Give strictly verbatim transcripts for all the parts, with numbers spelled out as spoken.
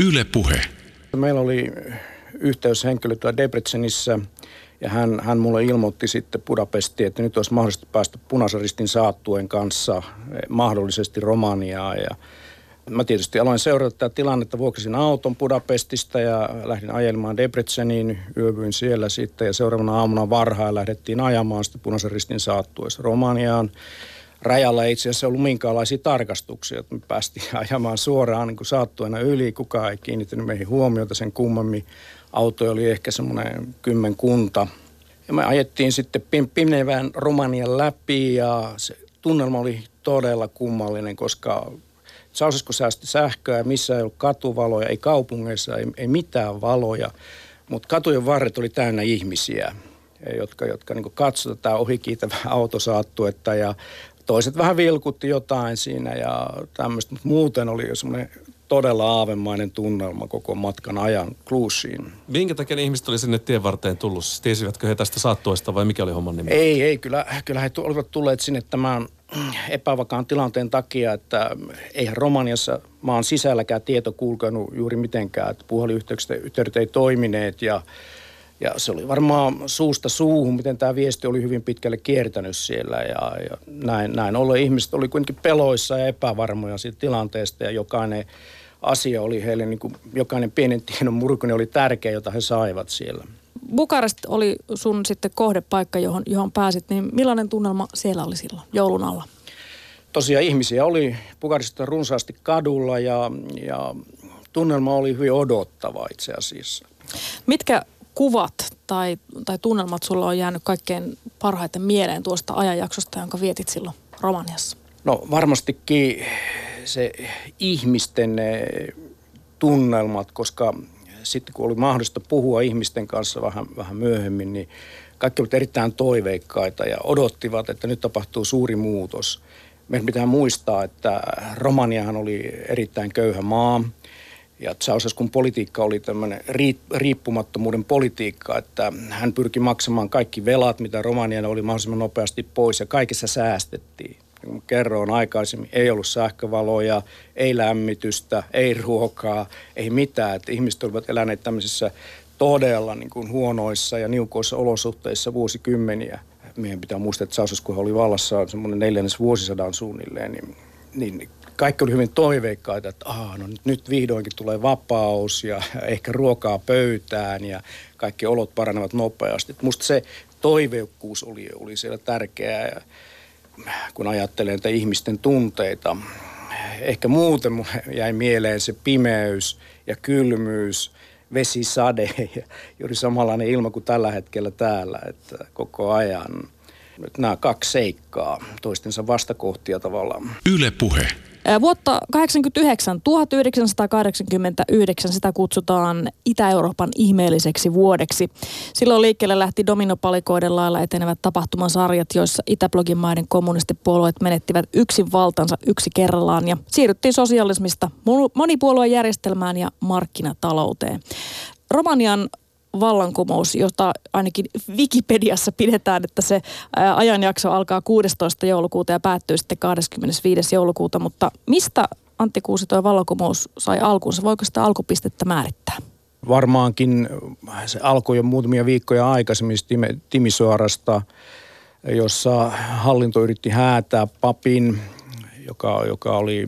Yle Puhe. Meillä oli yhteyshenkilö tuolla Debrecenissä ja hän, hän mulle ilmoitti sitten Budapestiin, että nyt olisi mahdollista päästä Punaisen Ristin saattuen kanssa mahdollisesti Romaniaan. Ja mä tietysti aloin seurata tätä tilannetta, vuokrasin auton Budapestista ja lähdin ajelemaan Debreceniin, yövyin siellä sitten ja seuraavana aamuna varhain lähdettiin ajamaan sitten Punaisen Ristin saattuessa Romaniaan. Rajalla ei itse asiassa ollut minkäänlaisia tarkastuksia, että me päästiin ajamaan suoraan niin kuin saattuena yli. Kukaan ei kiinnittänyt meihin huomiota sen kummemmin. Autoja oli ehkä semmoinen kymmenkunta. Ja me ajettiin sitten pimenevän Romanian läpi ja se tunnelma oli todella kummallinen, koska Ceausescu säästi sähköä, missä ei ollut katuvaloja, ei kaupungeissa, ei, ei mitään valoja. Mutta katujen varret oli täynnä ihmisiä, jotka, jotka niin kuin katsoivat tätä ohikiitävää autosaattuetta ja toiset vähän vilkutti jotain siinä ja tämmöistä, mutta muuten oli jo semmoinen todella aavemainen tunnelma koko matkan ajan Clujiin. Minkä takia ne ihmiset oli sinne tien varteen tullut? Tiesivätkö he tästä saattuesta vai mikä oli homman nimi? Ei, ei. Kyllä, kyllä he olivat tulleet sinne tämän epävakaan tilanteen takia, että eihän Romaniassa maan sisälläkään tieto kulkenut juuri mitenkään, että puhelinyhteydet ei toimineet ja Ja se oli varmaan suusta suuhun, miten tämä viesti oli hyvin pitkälle kiertänyt siellä ja, ja näin, näin ollen ihmiset oli kuitenkin peloissa ja epävarmoja siitä tilanteesta ja jokainen asia oli heille, niin kuin jokainen pienen tiedon murkunen oli tärkeä, jota he saivat siellä. Bukarest oli sun sitten kohdepaikka, johon, johon pääsit, niin millainen tunnelma siellä oli silloin joulun alla? Tosiaan ihmisiä oli Bukarestissa runsaasti kadulla ja, ja tunnelma oli hyvin odottava itse asiassa. Mitkä kuvat tai, tai tunnelmat sulla on jäänyt kaikkein parhaiten mieleen tuosta ajanjaksosta, jonka vietit silloin Romaniassa? No varmastikin se ihmisten tunnelmat, koska sitten kun oli mahdollista puhua ihmisten kanssa vähän, vähän myöhemmin, niin kaikki olivat erittäin toiveikkaita ja odottivat, että nyt tapahtuu suuri muutos. Meidän pitää muistaa, että Romaniahan oli erittäin köyhä maa. Ja Ceausescun politiikka oli tämmöinen riippumattomuuden politiikka, että hän pyrki maksamaan kaikki velat, mitä Romanialla oli mahdollisimman nopeasti pois ja kaikessa säästettiin. Niin kuin kerroin aikaisemmin, ei ollut sähkövaloja, ei lämmitystä, ei ruokaa, ei mitään. Että ihmiset olivat eläneet tämmöisissä todella niin kuin huonoissa ja niukoissa olosuhteissa vuosikymmeniä. Meidän pitää muistaa, että Ceausescu oli vallassa semmoinen neljännes vuosisadan suunnilleen, niin, niin kaikki oli hyvin toiveikkaita, että Aa, no nyt vihdoinkin tulee vapaus ja ehkä ruokaa pöytään ja kaikki olot paranevat nopeasti. Musta se toiveikkuus oli, oli siellä tärkeää, kun ajattelen että ihmisten tunteita. Ehkä muuten jäi mieleen se pimeys ja kylmyys, vesisade ja juuri samanlainen ilma kuin tällä hetkellä täällä, että koko ajan. Nyt nämä kaksi seikkaa, toistensa vastakohtia tavallaan. Yle Puhe. Vuotta kahdeksankymmentäyhdeksän, tuhatyhdeksänsataakahdeksankymmentäyhdeksän, sitä kutsutaan Itä-Euroopan ihmeelliseksi vuodeksi. Silloin liikkeelle lähti dominopalikoiden lailla etenevät tapahtumasarjat, joissa Itäblogin maiden kommunistipuolueet menettivät yksin valtansa yksi kerrallaan ja siirryttiin sosialismista monipuoluejärjestelmään ja markkinatalouteen. Romanian vallankumous, jota ainakin Wikipediassa pidetään, että se ajanjakso alkaa kuudestoista joulukuuta ja päättyy sitten kahdeskymmenesviides joulukuuta, mutta mistä Antti Kuusi tuo vallankumous sai alkuunsa? Voiko sitä alkupistettä määrittää? Varmaankin se alkoi jo muutamia viikkoja aikaisemmin Timisoarasta, jossa hallinto yritti häätää papin, joka, joka oli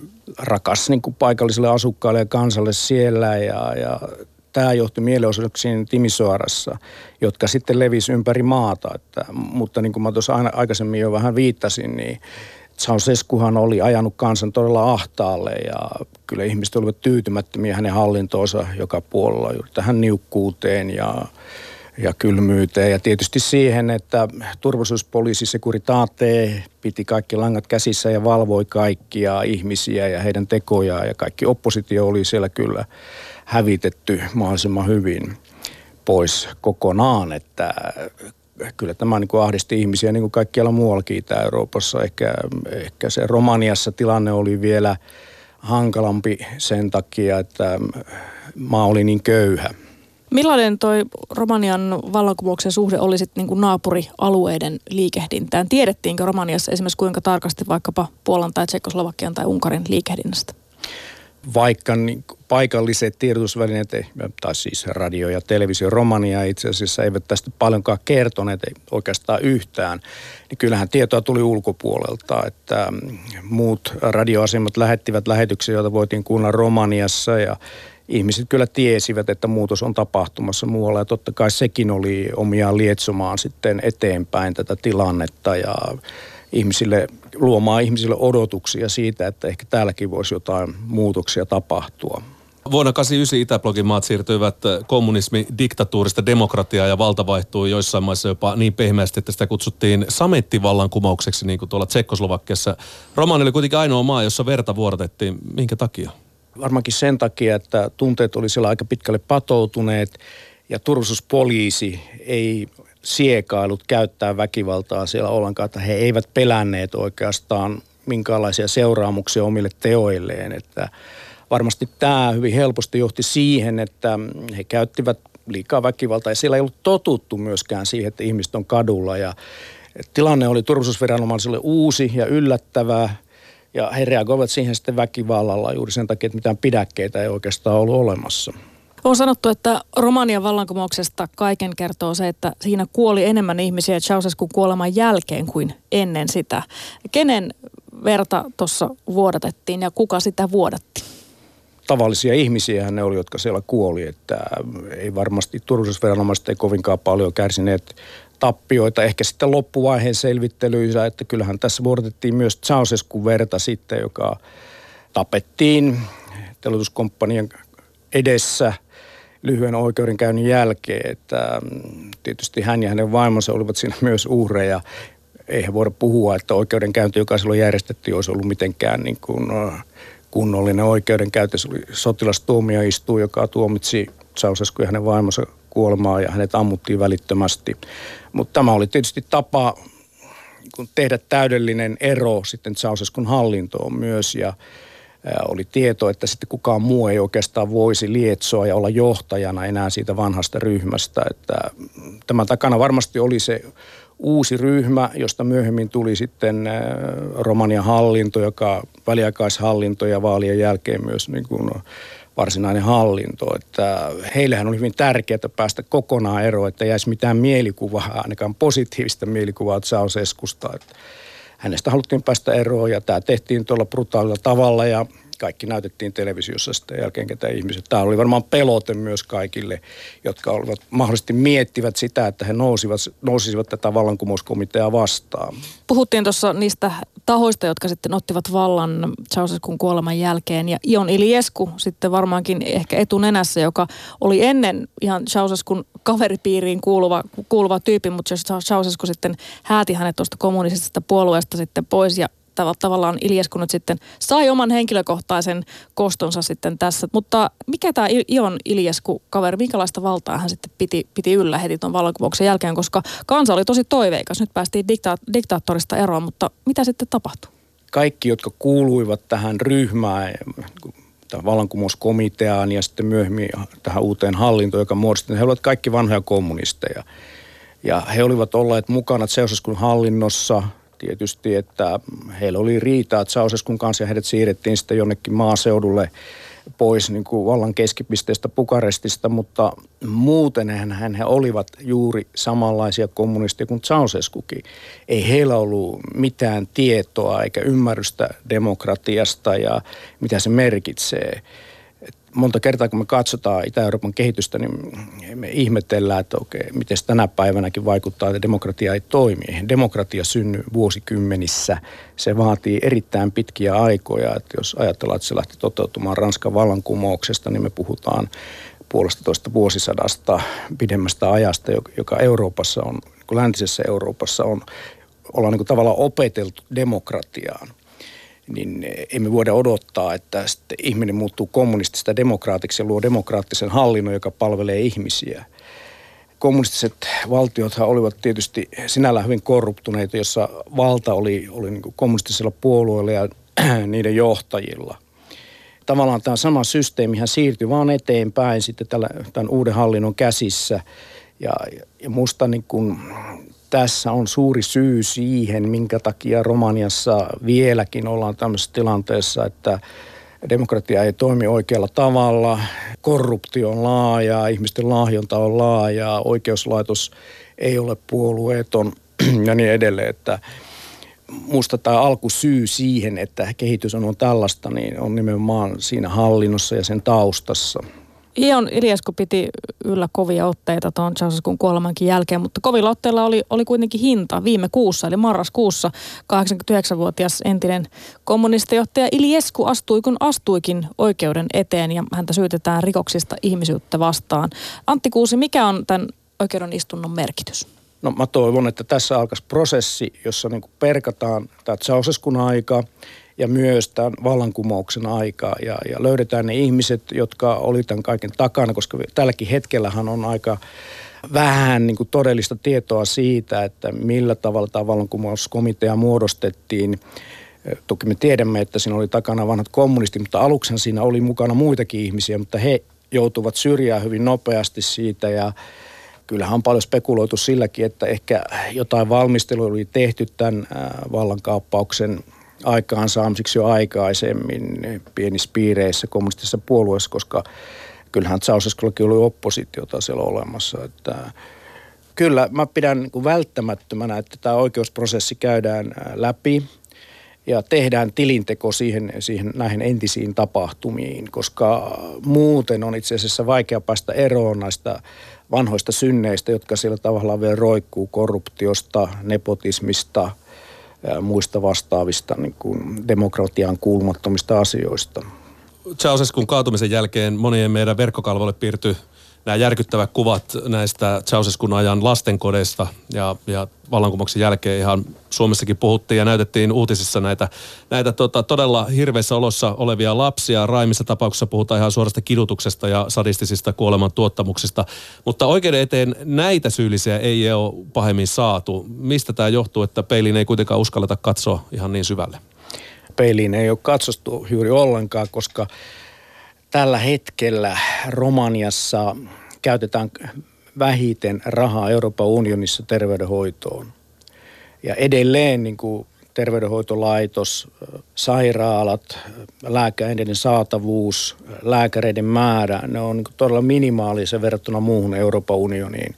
rakas niin kuin paikallisille asukkaille ja kansalle siellä ja, ja tämä johti mielenosoituksiin Timisoarassa, jotka sitten levisi ympäri maata. Että, mutta niin kuin mä tuossa aikaisemmin jo vähän viittasin, niin Ceausescuhan oli ajanut kansan todella ahtaalle ja kyllä ihmiset olivat tyytymättömiä hänen hallintoonsa joka puolella juuri tähän niukkuuteen ja, ja kylmyyteen. Ja tietysti siihen, että turvallisuuspoliisi Securitate piti kaikki langat käsissä ja valvoi kaikkia ihmisiä ja heidän tekojaan ja kaikki oppositio oli siellä kyllä hävitetty mahdollisimman hyvin pois kokonaan, että kyllä tämä niin kuin ahdisti ihmisiä niin kuin kaikkialla muuallakin Itä-Euroopassa. Ehkä, ehkä se Romaniassa tilanne oli vielä hankalampi sen takia, että maa oli niin köyhä. Millainen toi Romanian vallankumouksen suhde oli sitten niin kuin naapurialueiden liikehdintään? Tiedettiinkö Romaniassa esimerkiksi kuinka tarkasti vaikkapa Puolan tai Tšekkoslovakian tai Unkarin liikehdinnästä? Vaikka niin paikalliset tiedotusvälineet, tai siis radio ja televisio Romania itse asiassa eivät tästä paljonkaan kertoneet, ei oikeastaan yhtään, niin kyllähän tietoa tuli ulkopuolelta, että muut radioasemat lähettivät lähetyksiä, joita voitiin kuunnella Romaniassa, ja ihmiset kyllä tiesivät, että muutos on tapahtumassa muualla, ja totta kai sekin oli omiaan lietsomaan sitten eteenpäin tätä tilannetta ja ihmisille, luomaan ihmisille odotuksia siitä, että ehkä täälläkin voisi jotain muutoksia tapahtua. Vuonna kahdeksankymmentäyhdeksän Itäblogin maat siirtyivät kommunismi diktatuurista demokratiaan ja valta vaihtui joissain maissa jopa niin pehmeästi, että sitä kutsuttiin samettivallankumoukseksi, niin kuin tuolla Tsekkoslovakiassa. Romania oli kuitenkin ainoa maa, jossa verta vuorotettiin. Minkä takia? Varmaankin sen takia, että tunteet oli siellä aika pitkälle patoutuneet ja turvallisuuspoliisi ei siekailut käyttää väkivaltaa siellä ollenkaan, että he eivät pelänneet oikeastaan minkäänlaisia seuraamuksia omille teoilleen, että varmasti tämä hyvin helposti johti siihen, että he käyttivät liikaa väkivaltaa ja siellä ei ollut totuttu myöskään siihen, että ihmiset on kadulla ja tilanne oli turvallisuusviranomaisille uusi ja yllättävää ja he reagoivat siihen sitten väkivallalla juuri sen takia, että mitään pidäkkeitä ei oikeastaan ollut olemassa. On sanottu, että Romanian vallankumouksesta kaiken kertoo se, että siinä kuoli enemmän ihmisiä Ceausescun kuoleman jälkeen kuin ennen sitä. Kenen verta tuossa vuodatettiin ja kuka sitä vuodatti? Tavallisia ihmisiä ne oli, jotka siellä kuoli, että ei varmasti turvallisuusviranomaiset ei kovinkaan paljon kärsineet tappioita. Ehkä sitten loppuvaiheen selvittelyissä, että kyllähän tässä vuodatettiin myös Ceausescun verta sitten, joka tapettiin teloituskomppanian edessä lyhyen oikeudenkäynnin jälkeen, että tietysti hän ja hänen vaimonsa olivat siinä myös uhreja. Eihän voida puhua, että oikeudenkäynti, joka silloin järjestettiin, olisi ollut mitenkään niin kuin kunnollinen oikeudenkäynti. Se oli sotilastuomioistuin, joka tuomitsi Ceausescun ja hänen vaimonsa kuolemaa ja hänet ammuttiin välittömästi. Mutta tämä oli tietysti tapa tehdä täydellinen ero sitten Ceausescun hallintoon myös ja oli tieto, että sitten kukaan muu ei oikeastaan voisi lietsoa ja olla johtajana enää siitä vanhasta ryhmästä. Että tämän takana varmasti oli se uusi ryhmä, josta myöhemmin tuli sitten Romanian hallinto, joka väliaikaishallinto ja vaalien jälkeen myös niin kuin varsinainen hallinto. Että heillehän oli hyvin tärkeää päästä kokonaan eroon, että ei jäisi mitään mielikuvaa, ainakaan positiivista mielikuvaa Ceausescusta. Että hänestä haluttiin päästä eroon ja tämä tehtiin tuolla brutaalilla tavalla ja kaikki näytettiin televisiossa sitten jälkeen, ketä ihmiset. Tämä oli varmaan pelote myös kaikille, jotka olivat mahdollisesti miettivät sitä, että he nousivat, nousisivat tätä vallankumouskomiteaa vastaan. Puhuttiin tuossa niistä tahoista, jotka sitten ottivat vallan Ceausescun kuoleman jälkeen. Ja Ion Iliescu sitten varmaankin ehkä etunenässä, joka oli ennen ihan Ceausescun kaveripiiriin kuuluva, kuuluva tyyppi, mutta jos Ceausescu sitten hääti hänet tuosta kommunistisesta puolueesta sitten pois ja tavallaan Iliescu nyt sitten sai oman henkilökohtaisen kostonsa sitten tässä. Mutta mikä tämä Ion Iliescu-kaveri, minkälaista valtaa hän sitten piti, piti yllä heti tuon vallankumouksen jälkeen, koska kansa oli tosi toiveikas. Nyt päästiin dikta- diktaattorista eroon, mutta mitä sitten tapahtui? Kaikki, jotka kuuluivat tähän ryhmään, tämän vallankumouskomiteaan ja sitten myöhemmin tähän uuteen hallintoon, joka muodostettiin, he olivat kaikki vanhoja kommunisteja. Ja he olivat olleet mukana Ceausescun hallinnossa tietysti, että heillä oli riitaa Ceausescun kanssa ja heidät siirrettiin sitten jonnekin maaseudulle pois niin kuin vallan keskipisteestä Bukarestista, mutta muuten hän he olivat juuri samanlaisia kommunisteja kuin Ceausescukin. Ei heillä ollut mitään tietoa eikä ymmärrystä demokratiasta ja mitä se merkitsee. Monta kertaa, kun me katsotaan Itä-Euroopan kehitystä, niin me ihmetellään, että okei, miten tänä päivänäkin vaikuttaa, että demokratia ei toimi. Eihän demokratia synny vuosikymmenissä. Se vaatii erittäin pitkiä aikoja. Että jos ajatellaan, että se lähti toteutumaan Ranskan vallankumouksesta, niin me puhutaan puolestatoista vuosisadasta pidemmästä ajasta, joka Euroopassa on, läntisessä Euroopassa on, ollaan niin kuin tavallaan opeteltu demokratiaan. Niin emme voida odottaa, että sitten ihminen muuttuu kommunistista demokraatiksi ja luo demokraattisen hallinnon, joka palvelee ihmisiä. Kommunistiset valtiothan olivat tietysti sinällään hyvin korruptuneita, jossa valta oli, oli niin kuin kommunistisella puolueella ja niiden johtajilla. Tavallaan tämä sama systeemihän siirtyi vaan eteenpäin sitten tällä, tämän uuden hallinnon käsissä. Ja, ja musta niin kuin tässä on suuri syy siihen, minkä takia Romaniassa vieläkin ollaan tämmöisessä tilanteessa, että demokratia ei toimi oikealla tavalla, korruptio on laajaa, ihmisten lahjonta on laajaa, oikeuslaitos ei ole puolueeton ja niin edelleen, että musta tämä alkusyy siihen, että kehitys on tällaista, niin on nimenomaan siinä hallinnossa ja sen taustassa. Ion Iliescu piti yllä kovia otteita tuon Ceausescun kuolemankin jälkeen, mutta kovilla otteilla oli, oli kuitenkin hinta viime kuussa, eli marraskuussa kahdeksankymmentäyhdeksänvuotias entinen kommunistijohtaja Iliescu astui kun astuikin oikeuden eteen ja häntä syytetään rikoksista ihmisyyttä vastaan. Antti Kuusi, mikä on tämän oikeuden istunnon merkitys? No mä toivon, että tässä alkaisi prosessi, jossa niin kuin perkataan tämä Ceausescun aika ja myös tämän vallankumouksen aikaa ja, ja löydetään ne ihmiset, jotka oli tämän kaiken takana, koska tälläkin hetkellähän on aika vähän niin kuin todellista tietoa siitä, että millä tavalla tämä vallankumouskomitea muodostettiin. Toki me tiedämme, että siinä oli takana vanhat kommunistit, mutta aluksi siinä oli mukana muitakin ihmisiä, mutta he joutuvat syrjään hyvin nopeasti siitä ja kyllähän on paljon spekuloitu silläkin, että ehkä jotain valmistelua oli tehty tämän vallankaappauksen aikaansaamiseksi jo aikaisemmin pienissä piireissä kommunistisessa puolueessa, koska kyllähän Ceausescullakin oli oppositiota siellä olemassa. Että kyllä mä pidän niin kuin välttämättömänä, että tämä oikeusprosessi käydään läpi ja tehdään tilinteko siihen, siihen näihin entisiin tapahtumiin, koska muuten on itse asiassa vaikea päästä eroon näistä vanhoista synneistä, jotka siellä tavallaan vielä roikkuu korruptiosta, nepotismista ja muista vastaavista niin kuin demokratiaan kuulumattomista asioista. Ceausescun kaatumisen jälkeen monien meidän verkkokalvoille piirtyi nämä järkyttävät kuvat näistä Ceausescun ajan lastenkodeista ja, ja vallankumouksen jälkeen ihan Suomessakin puhuttiin ja näytettiin uutisissa näitä, näitä tota, todella hirveissä olossa olevia lapsia. Raimmissa tapauksessa puhutaan ihan suorasta kidutuksesta ja sadistisista kuoleman tuottamuksista, mutta oikeuden eteen näitä syyllisiä ei ole pahemmin saatu. Mistä tämä johtuu, että peiliin ei kuitenkaan uskalleta katsoa ihan niin syvälle? Peiliin ei ole katsottu juuri ollenkaan, koska tällä hetkellä Romaniassa käytetään vähiten rahaa Euroopan unionissa terveydenhoitoon. Ja edelleen niin kuin terveydenhoitolaitos, sairaalat, lääkäreiden saatavuus, lääkäreiden määrä, ne on niin kuin todella minimaalisia verrattuna muuhun Euroopan unioniin.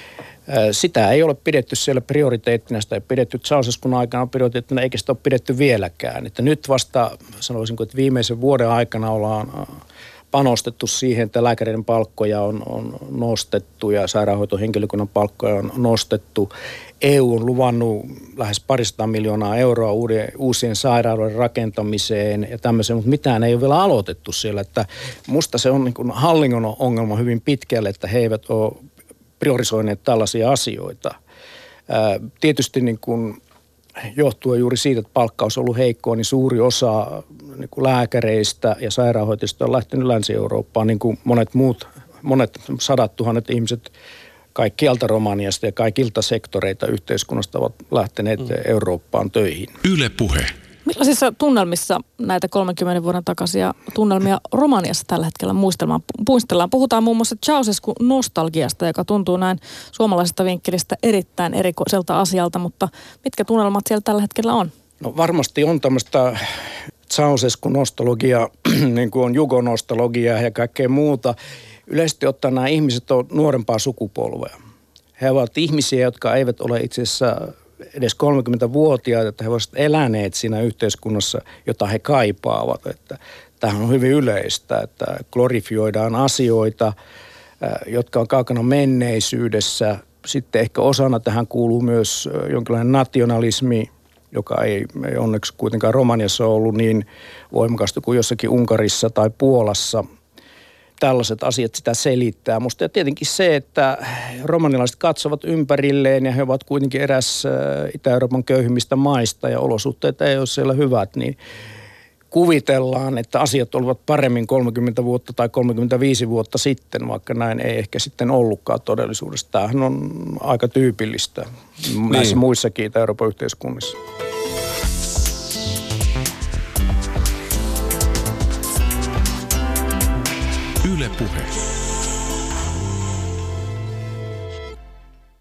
Sitä ei ole pidetty siellä prioriteettina, sitä ei pidetty Ceausescun aikana prioriteettina, eikä sitä ole pidetty vieläkään. Että nyt vasta sanoisin, että viimeisen vuoden aikana ollaan panostettu siihen, että lääkäreiden palkkoja on, on nostettu ja sairaanhoitohenkilökunnan palkkoja on nostettu. E U on luvannut lähes parisataa miljoonaa euroa uuden, uusien sairaaloiden rakentamiseen ja tämmöiseen, mutta mitään ei ole vielä aloitettu siellä. Että musta se on niin kuin hallinnon ongelma hyvin pitkälle, että he eivät ole priorisoineet tällaisia asioita. Ää, tietysti niin kuin johtuen juuri siitä, että palkkaus on ollut heikkoa, niin suuri osa niin kuin lääkäreistä ja sairaanhoitajista on lähtenyt Länsi-Eurooppaan, niin kuin monet muut, monet sadat tuhannet ihmiset kaikkialta Romaniasta ja kaikilta sektoreita yhteiskunnasta ovat lähteneet mm. Eurooppaan töihin. Yle Puhe. Millaisissa tunnelmissa näitä kolmenkymmenen vuoden takaisia tunnelmia Romaniassa tällä hetkellä muistellaan? muistellaan? Puhutaan muun muassa Ceausescun nostalgiasta, joka tuntuu näin suomalaisesta vinkkelistä erittäin erikoiselta asialta, mutta mitkä tunnelmat siellä tällä hetkellä on? No varmasti on tämmöistä Ceausescun nostalgiaa, niin kuin on jugonostalgiaa ja kaikkea muuta. Yleisesti ottaen nämä ihmiset on nuorempaa sukupolvea. He ovat ihmisiä, jotka eivät ole itse asiassa edes kolmekymmentävuotiaita, että he olisivat eläneet siinä yhteiskunnassa, jota he kaipaavat. Että tämähän on hyvin yleistä, että glorifioidaan asioita, jotka on kaukana menneisyydessä. Sitten ehkä osana tähän kuuluu myös jonkinlainen nationalismi, joka ei, ei onneksi kuitenkaan Romaniassa ollut niin voimakasta kuin jossakin Unkarissa tai Puolassa. Tällaiset asiat sitä selittää musta. Ja tietenkin se, että romanilaiset katsovat ympärilleen ja he ovat kuitenkin eräs Itä-Euroopan köyhimmistä maista ja olosuhteet ei ole siellä hyvät, niin kuvitellaan, että asiat olivat paremmin kolmekymmentä vuotta tai kolmekymmentäviisi vuotta sitten, vaikka näin ei ehkä sitten ollutkaan todellisuudessa. Tämähän on aika tyypillistä niin näissä muissakin Itä-Euroopan yhteiskunnissa. Yle Puhe.